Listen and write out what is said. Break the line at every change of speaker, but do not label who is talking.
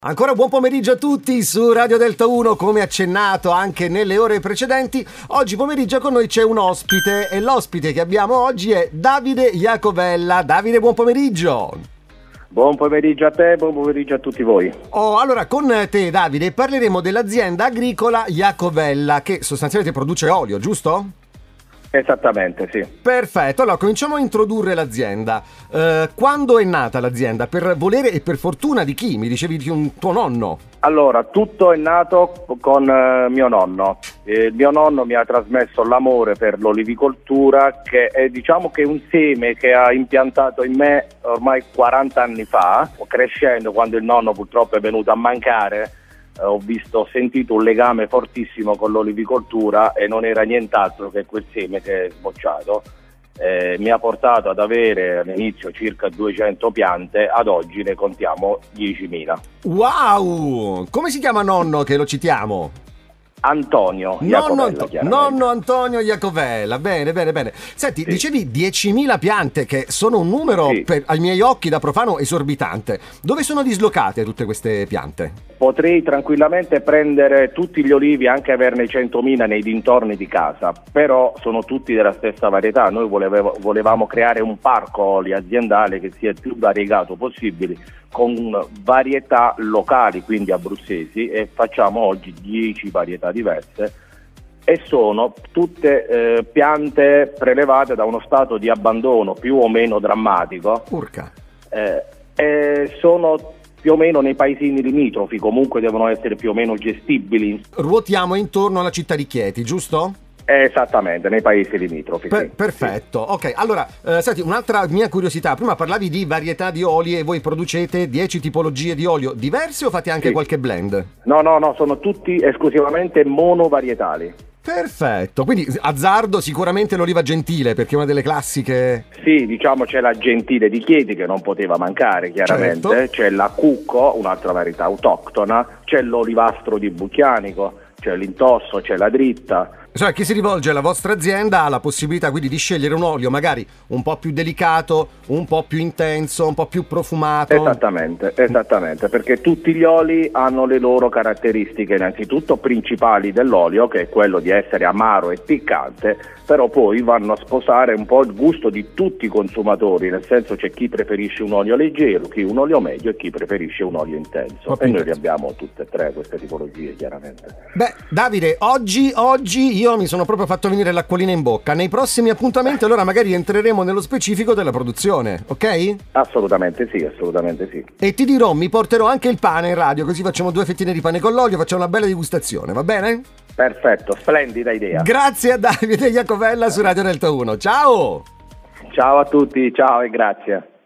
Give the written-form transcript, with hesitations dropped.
Ancora buon pomeriggio a tutti su Radio Delta 1, come accennato anche nelle ore precedenti. Oggi pomeriggio con noi c'è un ospite e l'ospite che abbiamo oggi è Davide Iacovella. Davide, buon pomeriggio.
Buon pomeriggio a te, buon pomeriggio a tutti voi.
Allora con te Davide parleremo dell'azienda agricola Iacovella che sostanzialmente produce olio, giusto?
Esattamente, sì.
Perfetto, allora cominciamo a introdurre l'azienda. Quando è nata l'azienda? Per volere e per fortuna di chi? Mi dicevi di un tuo nonno.
Allora, tutto è nato con mio nonno. Mio nonno mi ha trasmesso l'amore per l'olivicoltura, che è un seme che ha impiantato in me ormai 40 anni fa. Crescendo, quando il nonno purtroppo è venuto a mancare, ho sentito un legame fortissimo con l'olivicoltura e non era nient'altro che quel seme che è sbocciato. Mi ha portato ad avere all'inizio circa 200 piante, ad oggi ne contiamo 10.000.
Wow! Come si chiama nonno che lo citiamo?
Antonio Iacovella,
nonno Antonio Iacovella, bene. Senti, sì. Dicevi 10.000 piante, che sono un numero, sì, ai miei occhi da profano esorbitante. Dove sono dislocate tutte queste piante?
Potrei tranquillamente prendere tutti gli olivi, anche averne 100.000 nei dintorni di casa, però sono tutti della stessa varietà. Noi volevamo creare un parco oli aziendale che sia il più variegato possibile, con varietà locali, quindi abruzzesi, e facciamo oggi 10 varietà diverse e sono tutte piante prelevate da uno stato di abbandono più o meno drammatico.
Urca.
E sono più o meno nei paesini limitrofi, comunque devono essere più o meno gestibili.
Ruotiamo intorno alla città di Chieti, giusto?
Esattamente, nei paesi limitrofi.
Perfetto, sì. Ok, allora, senti, un'altra mia curiosità, prima parlavi di varietà di oli e voi producete 10 tipologie di olio diverse o fate anche qualche blend?
No, sono tutti esclusivamente monovarietali.
Perfetto, quindi azzardo sicuramente l'oliva gentile, perché è una delle classiche.
Sì, c'è la gentile di Chieti che non poteva mancare, chiaramente. Certo. C'è la Cucco, un'altra varietà autoctona, c'è l'olivastro di Bucchianico, c'è l'intosso, c'è la dritta.
Cioè, chi si rivolge alla vostra azienda ha la possibilità quindi di scegliere un olio magari un po' più delicato, un po' più intenso, un po' più profumato.
Esattamente, perché tutti gli oli hanno le loro caratteristiche, innanzitutto principali dell'olio, che è quello di essere amaro e piccante, però poi vanno a sposare un po' il gusto di tutti i consumatori, nel senso c'è chi preferisce un olio leggero, chi un olio medio e chi preferisce un olio intenso. E noi abbiamo tutte e tre queste tipologie, chiaramente.
Beh, Davide, oggi io mi sono proprio fatto venire l'acquolina in bocca. Nei prossimi appuntamenti allora magari entreremo nello specifico della produzione, ok?
Assolutamente sì.
E ti dirò, mi porterò anche il pane in radio, così facciamo 2 fettine di pane con l'olio, facciamo una bella degustazione, va bene?
Perfetto, splendida idea.
Grazie a Davide Iacovella su Radio Delta 1, ciao!
Ciao a tutti, ciao e grazie.